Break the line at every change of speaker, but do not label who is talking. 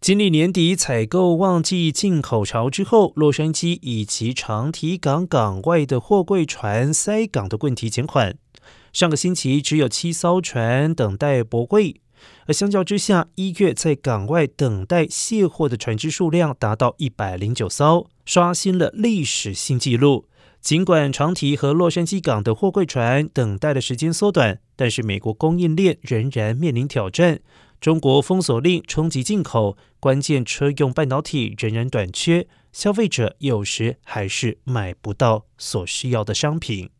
经历年底采购旺季进口潮之后，洛杉矶以及长堤港港外的货柜船塞港的问题减缓。上个星期只有7艘船等待泊柜，而相较之下，1月在港外等待卸货的船只数量达到109艘，刷新了历史新纪录。尽管长堤和洛杉矶港的货柜船等待的时间缩短，但是美国供应链仍然面临挑战。中国封锁令冲击进口，关键车用半导体仍然短缺，消费者有时还是买不到所需要的商品。